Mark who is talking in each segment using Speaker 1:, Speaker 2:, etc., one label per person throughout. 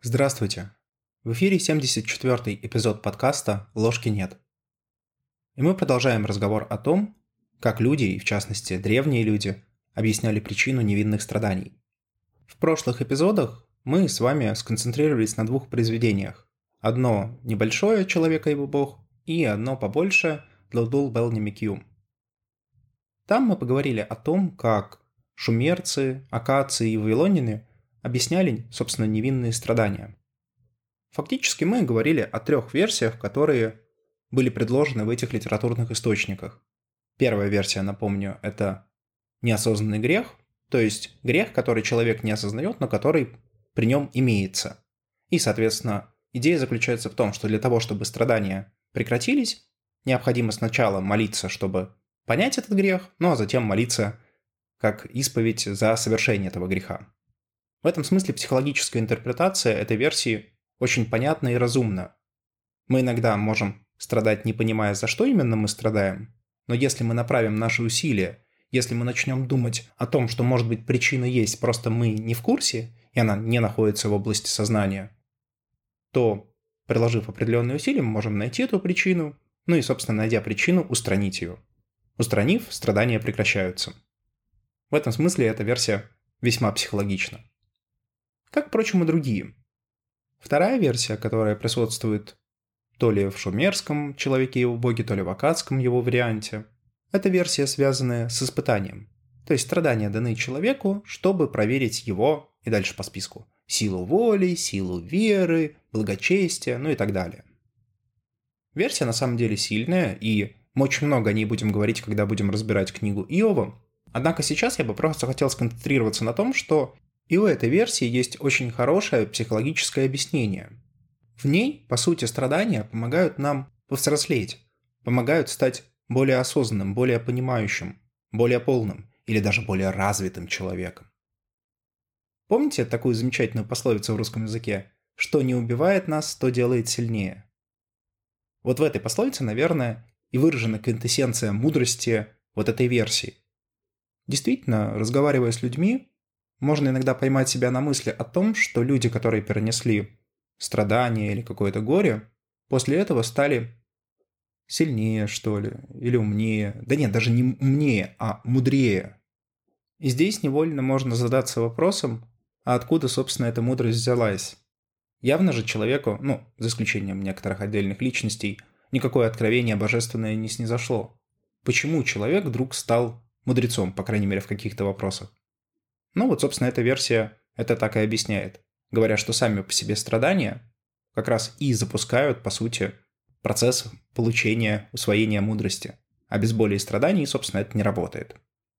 Speaker 1: Здравствуйте! В эфире 74-й эпизод подкаста «Ложки нет». И мы продолжаем разговор о том, как люди, и в частности древние люди, объясняли причину невинных страданий. В прошлых эпизодах мы с вами сконцентрировались на двух произведениях. Одно небольшое «Человек и его бог» и одно побольше «Лудул бел немикью». Там мы поговорили о том, как шумерцы, аккадцы и вавилоняне объясняли, собственно, невинные страдания. Фактически мы говорили о трех версиях, которые были предложены в этих литературных источниках. Первая версия, напомню, это неосознанный грех, то есть грех, который человек не осознает, но который при нем имеется. И, соответственно, идея заключается в том, что для того, чтобы страдания прекратились, необходимо сначала молиться, чтобы понять этот грех, ну а затем молиться как исповедь за совершение этого греха. В этом смысле психологическая интерпретация этой версии очень понятна и разумна. Мы иногда можем страдать, не понимая, за что именно мы страдаем, но если мы направим наши усилия, если мы начнем думать о том, что, может быть, причина есть, просто мы не в курсе, и она не находится в области сознания, то, приложив определенные усилия, мы можем найти эту причину, ну и, собственно, найдя причину, устранить ее. Устранив, страдания прекращаются. В этом смысле эта версия весьма психологична. Как, впрочем, и другие. Вторая версия, которая присутствует то ли в шумерском «Человеке и его боге», то ли в аккадском его варианте, это версия, связанная с испытанием. То есть страдания даны человеку, чтобы проверить его, и дальше по списку, силу воли, силу веры, благочестия, ну и так далее. Версия на самом деле сильная, и мы очень много о ней будем говорить, когда будем разбирать книгу Иова. Однако сейчас я бы просто хотел сконцентрироваться на том, что и у этой версии есть очень хорошее психологическое объяснение. В ней, по сути, страдания помогают нам повзрослеть, помогают стать более осознанным, более понимающим, более полным или даже более развитым человеком. Помните такую замечательную пословицу в русском языке? «Что не убивает нас, то делает сильнее». Вот в этой пословице, наверное, и выражена квинтэссенция мудрости вот этой версии. Действительно, разговаривая с людьми, можно иногда поймать себя на мысли о том, что люди, которые перенесли страдания или какое-то горе, после этого стали сильнее, что ли, или умнее. Да нет, даже не умнее, а мудрее. И здесь невольно можно задаться вопросом, а откуда, собственно, эта мудрость взялась? Явно же человеку, за исключением некоторых отдельных личностей, никакое откровение божественное не снизошло. Почему человек вдруг стал мудрецом, по крайней мере, в каких-то вопросах? Собственно, эта версия это так и объясняет, говоря, что сами по себе страдания как раз и запускают, по сути, процесс получения, усвоения мудрости. А без боли и страданий, собственно, это не работает.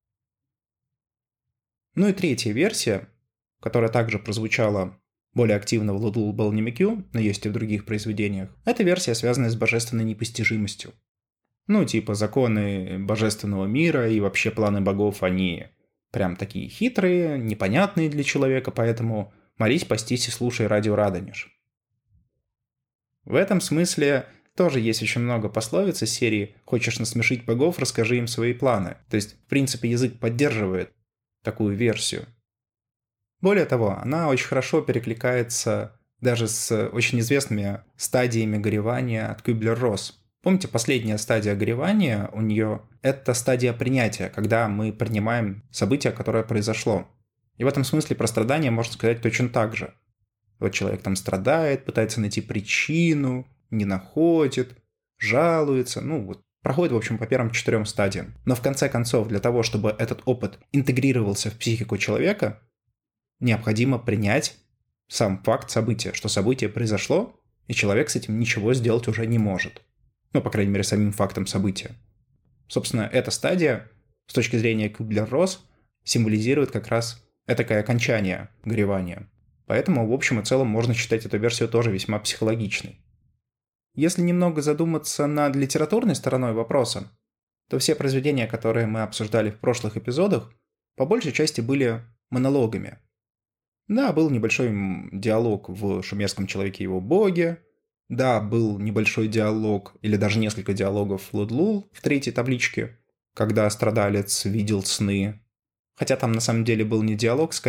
Speaker 1: Ну и третья версия, которая также прозвучала более активно в «Лудул бел немикью», но есть и в других произведениях, это версия, связанная с божественной непостижимостью. Типа законы божественного мира и вообще планы богов, они прям такие хитрые, непонятные для человека, поэтому молись, постись и слушай радио Радонеж. В этом смысле тоже есть очень много пословиц из серии «Хочешь насмешить богов, расскажи им свои планы». То есть, в принципе, язык поддерживает такую версию. Более того, она очень хорошо перекликается даже с очень известными стадиями горевания от Kübler-Ross. Помните, последняя стадия горевания у нее – это стадия принятия, когда мы принимаем событие, которое произошло. И в этом смысле про страдания можно сказать точно так же. Вот человек там страдает, пытается найти причину, не находит, жалуется, проходит, в общем, по первым 4 стадиям. Но в конце концов, для того, чтобы этот опыт интегрировался в психику человека, необходимо принять сам факт события, что событие произошло, и человек с этим ничего сделать уже не может. По крайней мере, самим фактом события. Собственно, эта стадия, с точки зрения Kübler-Ross, символизирует как раз этакое окончание горевания. Поэтому, в общем и целом, можно считать эту версию тоже весьма психологичной. Если немного задуматься над литературной стороной вопроса, то все произведения, которые мы обсуждали в прошлых эпизодах, по большей части были монологами. Да, был небольшой диалог в шумерском «Человеке и его боге», да, был небольшой диалог, или даже несколько диалогов в Лудлул в 3-й табличке, когда страдалец видел сны. Хотя там на самом деле был не диалог, скорее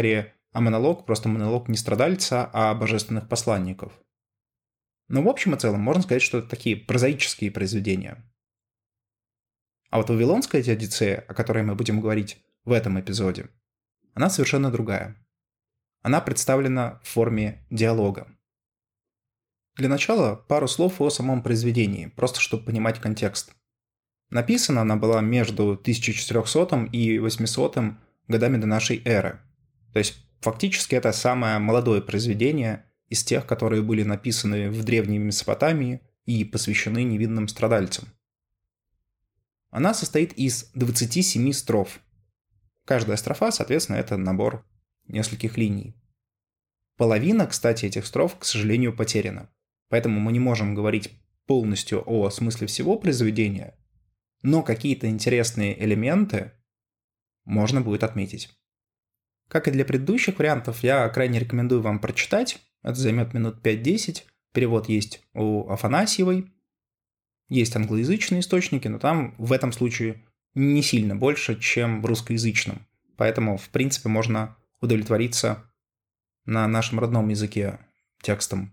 Speaker 1: а монолог просто монолог не страдальца, а божественных посланников. Но в общем и целом можно сказать, что это такие прозаические произведения. А вот Вавилонская Теодицея, о которой мы будем говорить в этом эпизоде, она совершенно другая. Она представлена в форме диалога. Для начала пару слов о самом произведении, просто чтобы понимать контекст. Написана она была между 1400 и 800 годами до нашей эры. То есть фактически это самое молодое произведение из тех, которые были написаны в Древней Месопотамии и посвящены невинным страдальцам. Она состоит из 27 строф. Каждая строфа, соответственно, это набор нескольких линий. Половина, кстати, этих строф, к сожалению, потеряна. Поэтому мы не можем говорить полностью о смысле всего произведения, но какие-то интересные элементы можно будет отметить. Как и для предыдущих вариантов, я крайне рекомендую вам прочитать. Это займет минут 5-10. Перевод есть у Афанасьевой. Есть англоязычные источники, но там в этом случае не сильно больше, чем в русскоязычном. Поэтому, в принципе, можно удовлетвориться на нашем родном языке текстом.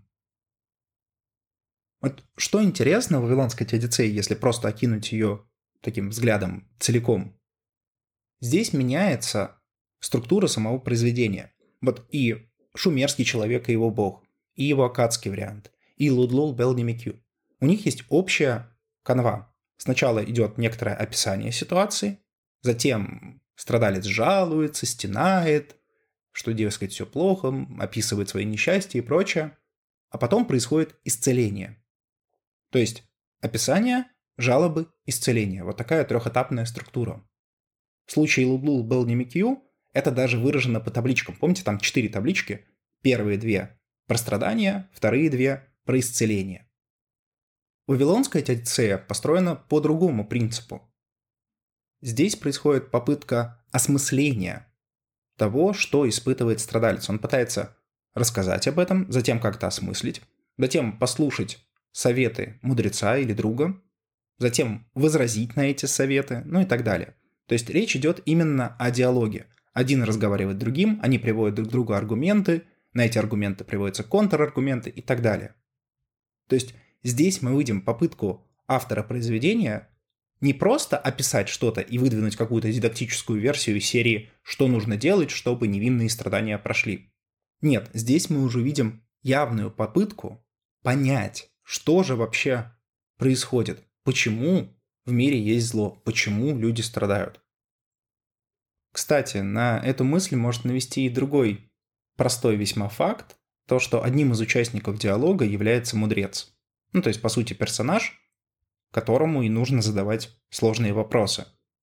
Speaker 1: Вот что интересно в Вавилонской Теодицее, если просто окинуть ее таким взглядом целиком, здесь меняется структура самого произведения. Вот и шумерский человек и его бог, и его аккадский вариант, и Лудлул Белдемикю. У них есть общая канва. Сначала идет некоторое описание ситуации, затем страдалец жалуется, стенает, что, дескать, все плохо, описывает свои несчастья и прочее, а потом происходит исцеление. То есть описание, жалобы, исцеление. Вот такая трехэтапная структура. В случае Лудлул Белдемикю это даже выражено по табличкам. Помните, там 4 таблички? Первые 2 про страдания, вторые 2 про исцеление. Вавилонская Теодицея построена по другому принципу. Здесь происходит попытка осмысления того, что испытывает страдалец. Он пытается рассказать об этом, затем как-то осмыслить, затем послушать советы мудреца или друга, затем возразить на эти советы, ну и так далее. То есть речь идет именно о диалоге. Один разговаривает с другим, они приводят друг к другу аргументы, на эти аргументы приводятся контраргументы и так далее. То есть здесь мы видим попытку автора произведения не просто описать что-то и выдвинуть какую-то дидактическую версию серии «Что нужно делать, чтобы невинные страдания прошли». Нет, здесь мы уже видим явную попытку понять, что же вообще происходит, почему в мире есть зло, почему люди страдают. Кстати, на эту мысль может навести и другой простой весьма факт, то, что одним из участников диалога является мудрец. Ну, то есть, по сути, персонаж, которому и нужно задавать сложные вопросы.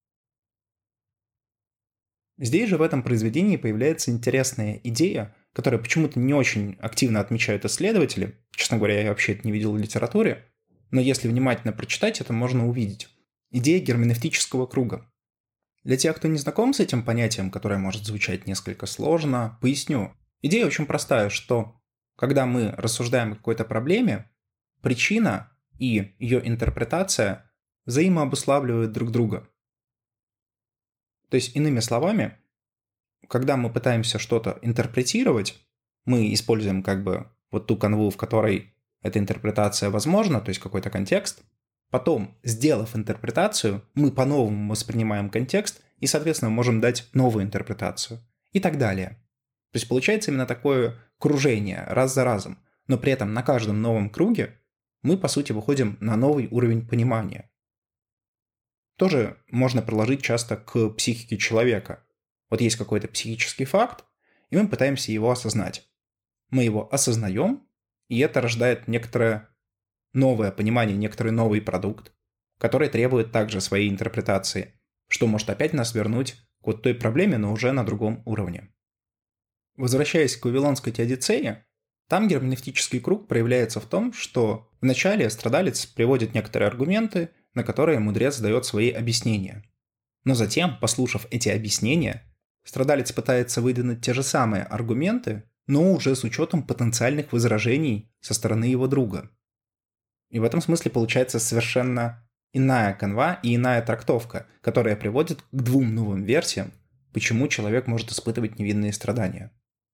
Speaker 1: Здесь же в этом произведении появляется интересная идея, которую почему-то не очень активно отмечают исследователи. Честно говоря, я вообще это не видел в литературе, но если внимательно прочитать, это можно увидеть. Идея герменевтического круга. Для тех, кто не знаком с этим понятием, которое может звучать несколько сложно, поясню. Идея очень простая, что когда мы рассуждаем о какой-то проблеме, причина и ее интерпретация взаимообуславливают друг друга. То есть, иными словами, когда мы пытаемся что-то интерпретировать, мы используем как бы вот ту канву, в которой эта интерпретация возможна, то есть какой-то контекст. Потом, сделав интерпретацию, мы по-новому воспринимаем контекст и, соответственно, можем дать новую интерпретацию и так далее. То есть получается именно такое кружение раз за разом, но при этом на каждом новом круге мы, по сути, выходим на новый уровень понимания. Тоже можно приложить часто к психике человека. Вот есть какой-то психический факт, и мы пытаемся его осознать. Мы его осознаем, и это рождает некоторое новое понимание, некоторый новый продукт, который требует также своей интерпретации, что может опять нас вернуть к вот той проблеме, но уже на другом уровне. Возвращаясь к Вавилонской Теодицее, там герменевтический круг проявляется в том, что вначале страдалец приводит некоторые аргументы, на которые мудрец дает свои объяснения. Но затем, послушав эти объяснения, страдалец пытается выдвинуть те же самые аргументы, но уже с учетом потенциальных возражений со стороны его друга. И в этом смысле получается совершенно иная канва и иная трактовка, которая приводит к двум новым версиям, почему человек может испытывать невинные страдания.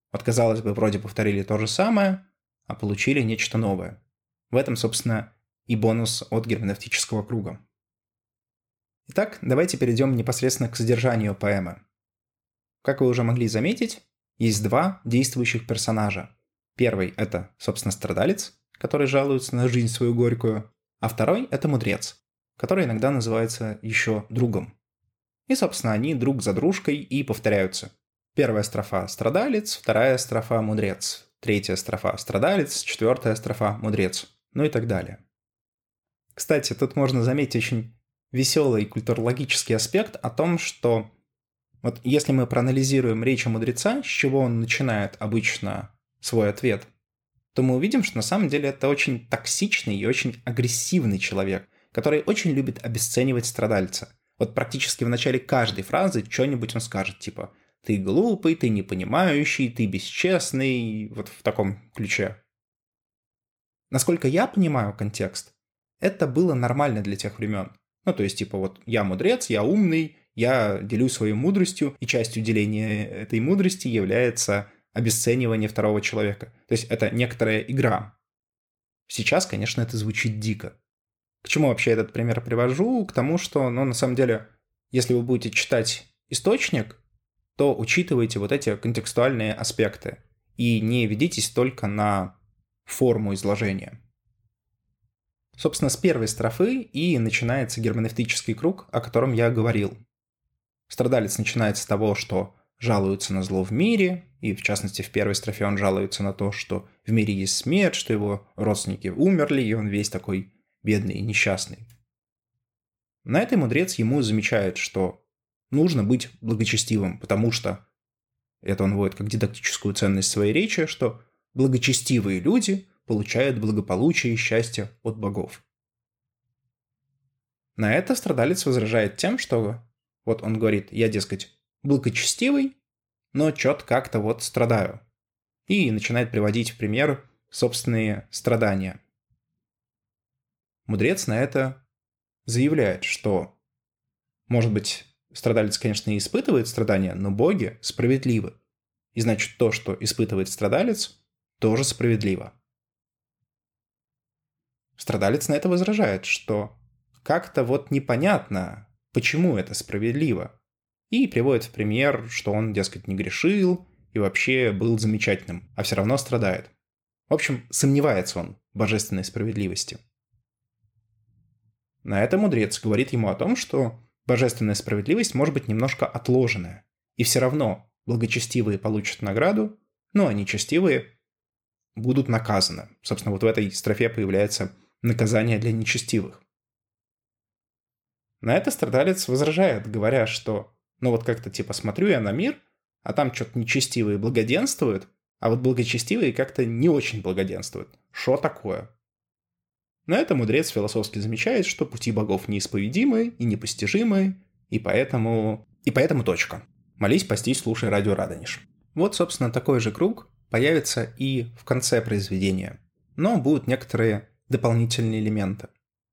Speaker 1: Вот, казалось бы, вроде повторили то же самое, а получили нечто новое. В этом, собственно, и бонус от герменевтического круга. Итак, давайте перейдем непосредственно к содержанию поэмы. Как вы уже могли заметить, есть два действующих персонажа. Первый – это, собственно, страдалец, который жалуется на жизнь свою горькую, а второй – это мудрец, который иногда называется еще другом. И, собственно, они друг за дружкой и повторяются. Первая строфа – страдалец, вторая строфа – мудрец, третья строфа – страдалец, четвертая строфа – мудрец, ну и так далее. Кстати, тут можно заметить очень веселый культурологический аспект о том, что вот если мы проанализируем речь мудреца, с чего он начинает обычно свой ответ, то мы увидим, что на самом деле это очень токсичный и очень агрессивный человек, который очень любит обесценивать страдальца. Вот практически в начале каждой фразы что-нибудь он скажет, типа «ты глупый, ты непонимающий, ты бесчестный», вот в таком ключе. Насколько я понимаю контекст, это было нормально для тех времен. Ну, то есть, типа, вот я мудрец, я умный, я делюсь своей мудростью, и частью деления этой мудрости является обесценивание второго человека. То есть это некоторая игра. Сейчас, конечно, это звучит дико. К чему вообще этот пример привожу? К тому, что, на самом деле, если вы будете читать источник, то учитывайте вот эти контекстуальные аспекты и не ведитесь только на форму изложения. Собственно, с первой строфы и начинается герменевтический круг, о котором я говорил. Страдалец начинает с того, что жалуется на зло в мире, и в частности в первой строфе он жалуется на то, что в мире есть смерть, что его родственники умерли, и он весь такой бедный и несчастный. На это мудрец ему замечает, что нужно быть благочестивым, потому что, это он вводит как дидактическую ценность своей речи, что благочестивые люди получают благополучие и счастье от богов. На это страдалец возражает тем, что вот он говорит, я, дескать, благочестивый, но чё-то как-то вот страдаю. И начинает приводить в пример собственные страдания. Мудрец на это заявляет, что, может быть, страдалец, конечно, и испытывает страдания, но боги справедливы. И значит, то, что испытывает страдалец, тоже справедливо. Страдалец на это возражает, что как-то вот непонятно, почему это справедливо. И приводит в пример, что он, дескать, не грешил и вообще был замечательным, а все равно страдает. В общем, сомневается он в божественной справедливости. На это мудрец говорит ему о том, что божественная справедливость может быть немножко отложенная, и все равно благочестивые получат награду, ну а нечестивые будут наказаны. Собственно, вот в этой строфе появляется наказание для нечестивых. На это страдалец возражает, говоря, что вот как-то типа смотрю я на мир, а там что-то нечестивые благоденствуют, а вот благочестивые как-то не очень благоденствуют. Шо такое? На это мудрец философски замечает, что пути богов неисповедимы и непостижимы, и поэтому точка. Молись, постись, слушай радио Радонеж. Вот, собственно, такой же круг появится и в конце произведения, но будут некоторые дополнительные элементы.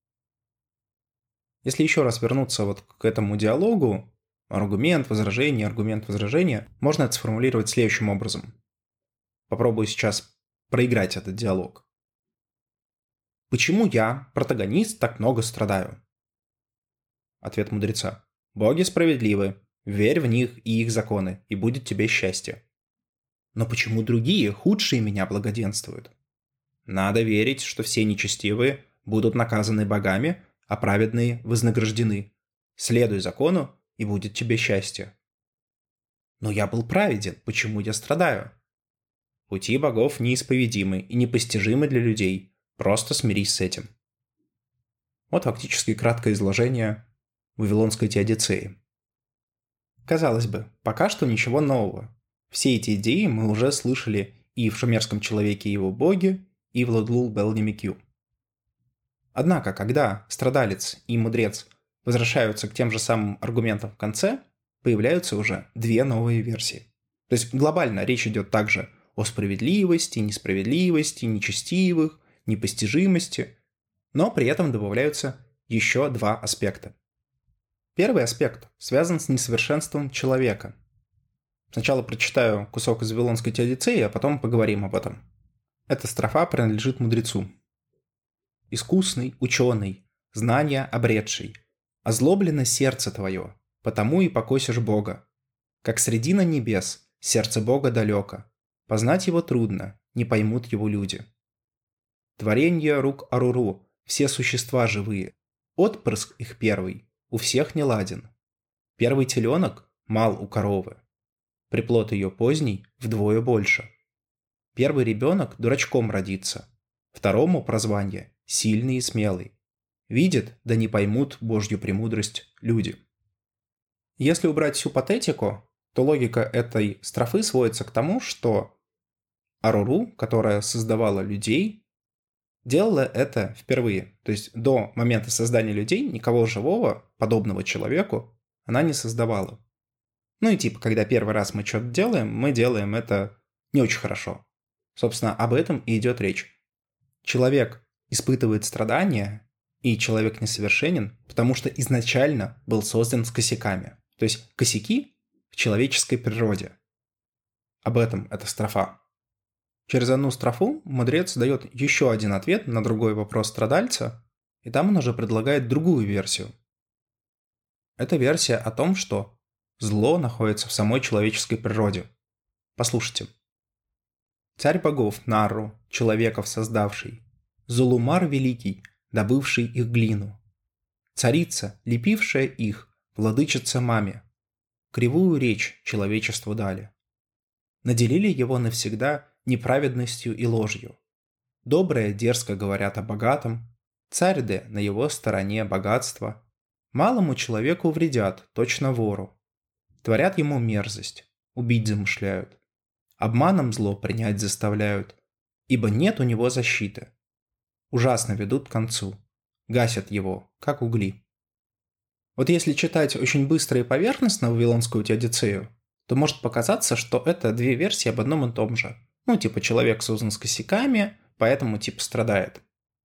Speaker 1: Если еще раз вернуться вот к этому диалогу, аргумент, возражение, можно это сформулировать следующим образом. Попробую сейчас проиграть этот диалог. Почему я, протагонист, так много страдаю? Ответ мудреца. Боги справедливы, верь в них и их законы, и будет тебе счастье. Но почему другие, худшие меня, благоденствуют? Надо верить, что все нечестивые будут наказаны богами, а праведные вознаграждены. Следуй закону, и будет тебе счастье. Но я был праведен, почему я страдаю? Пути богов неисповедимы и непостижимы для людей. Просто смирись с этим. Вот фактически краткое изложение Вавилонской теодицеи. Казалось бы, пока что ничего нового. Все эти идеи мы уже слышали и в «Шумерском человеке и его боге», и в Лодлул-Белл-Немекью. Однако, когда страдалец и мудрец возвращаются к тем же самым аргументам в конце, появляются уже две новые версии. То есть глобально речь идет также о справедливости, несправедливости, нечестивых, непостижимости, но при этом добавляются еще два аспекта. Первый аспект связан с несовершенством человека. Сначала прочитаю кусок из Вавилонской теодицеи, а потом поговорим об этом. Эта строфа принадлежит мудрецу. «Искусный, ученый, знания обретший, озлоблено сердце твое, потому и покосишь Бога. Как средина небес, сердце Бога далеко, познать его трудно, не поймут его люди. Творенье рук Аруру, все существа живые, отпрыск их первый, у всех не ладен. Первый теленок мал у коровы, приплод ее поздний вдвое больше. Первый ребенок дурачком родится, второму прозвание сильный и смелый. Видят, да не поймут Божью премудрость люди». Если убрать всю патетику, то логика этой строфы сводится к тому, что Аруру, которая создавала людей, делала это впервые. То есть до момента создания людей никого живого, подобного человеку, она не создавала. Ну и типа, когда первый раз мы что-то делаем, мы делаем это не очень хорошо. Собственно, об этом и идет речь. Человек испытывает страдания, и человек несовершенен, потому что изначально был создан с косяками. То есть косяки в человеческой природе. Об этом эта строфа. Через одну строфу мудрец дает еще один ответ на другой вопрос страдальца, и там он уже предлагает другую версию. Это версия о том, что зло находится в самой человеческой природе. Послушайте. «Царь богов Нарру, человеков создавший, Зулумар великий, добывший их глину, царица, лепившая их, владычица маме, кривую речь человечеству дали. Наделили его навсегда неправедностью и ложью. Доброе дерзко говорят о богатом, царь де на его стороне богатства. Малому человеку вредят, точно вору. Творят ему мерзость, убить замышляют. Обманом зло принять заставляют, ибо нет у него защиты. Ужасно ведут к концу, гасят его, как угли». Вот если читать очень быстро и поверхностно Вавилонскую теодицею, то может показаться, что это две версии об одном и том же. Ну, типа, человек создан с косяками, поэтому типа страдает.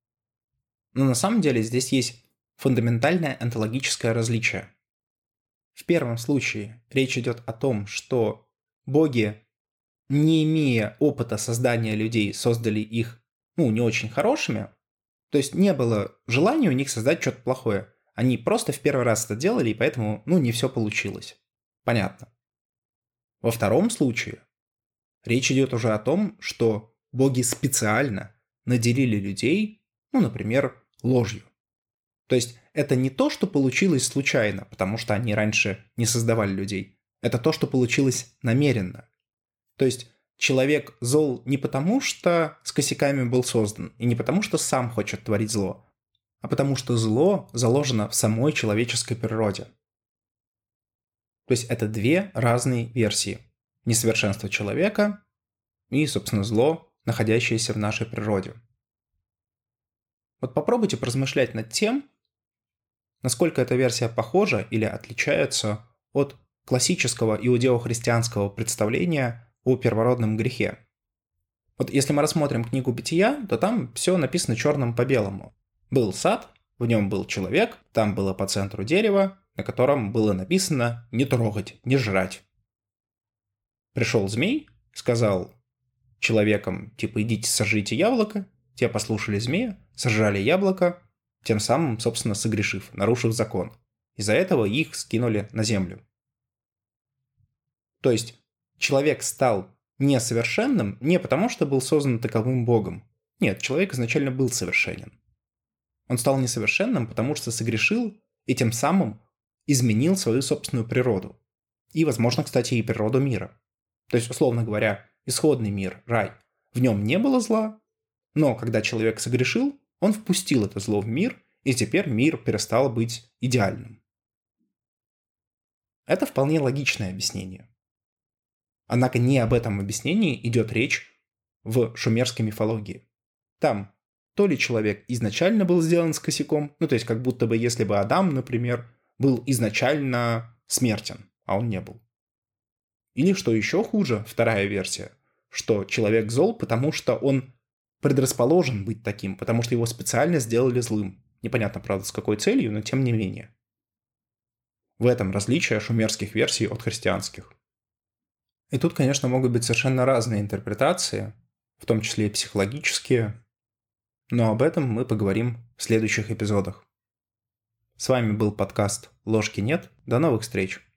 Speaker 1: Но на самом деле здесь есть фундаментальное онтологическое различие. В первом случае речь идет о том, что боги, не имея опыта создания людей, создали их, не очень хорошими. То есть не было желания у них создать что-то плохое. Они просто в первый раз это делали, и поэтому, не все получилось. Понятно. Во втором случае речь идет уже о том, что боги специально наделили людей, например, ложью. То есть это не то, что получилось случайно, потому что они раньше не создавали людей. Это то, что получилось намеренно. То есть человек зол не потому, что с косяками был создан, и не потому, что сам хочет творить зло, а потому что зло заложено в самой человеческой природе. То есть это две разные версии. Несовершенство человека и, собственно, зло, находящееся в нашей природе. Вот попробуйте поразмышлять над тем, насколько эта версия похожа или отличается от классического иудео-христианского представления о первородном грехе. Вот если мы рассмотрим книгу Бытия, то там все написано черным по белому. Был сад, в нем был человек, там было по центру дерево, на котором было написано «не трогать, не жрать». Пришел змей, сказал человекам, типа, идите сожрите яблоко, те послушали змея, сожрали яблоко, тем самым, собственно, согрешив, нарушив закон. Из-за этого их скинули на землю. То есть человек стал несовершенным не потому, что был создан таковым Богом. Нет, человек изначально был совершенен. Он стал несовершенным, потому что согрешил и тем самым изменил свою собственную природу. И, возможно, кстати, и природу мира. То есть, условно говоря, исходный мир, рай, в нем не было зла, но когда человек согрешил, он впустил это зло в мир, и теперь мир перестал быть идеальным. Это вполне логичное объяснение. Однако не об этом объяснении идет речь в шумерской мифологии. Там то ли человек изначально был сделан с косяком, то есть как будто бы если бы Адам, например, был изначально смертен, а он не был. Или, что еще хуже, вторая версия, что человек зол, потому что он предрасположен быть таким, потому что его специально сделали злым. Непонятно, правда, с какой целью, но тем не менее. В этом различие шумерских версий от христианских. И тут, конечно, могут быть совершенно разные интерпретации, в том числе и психологические, но об этом мы поговорим в следующих эпизодах. С вами был подкаст «Ложки нет». До новых встреч!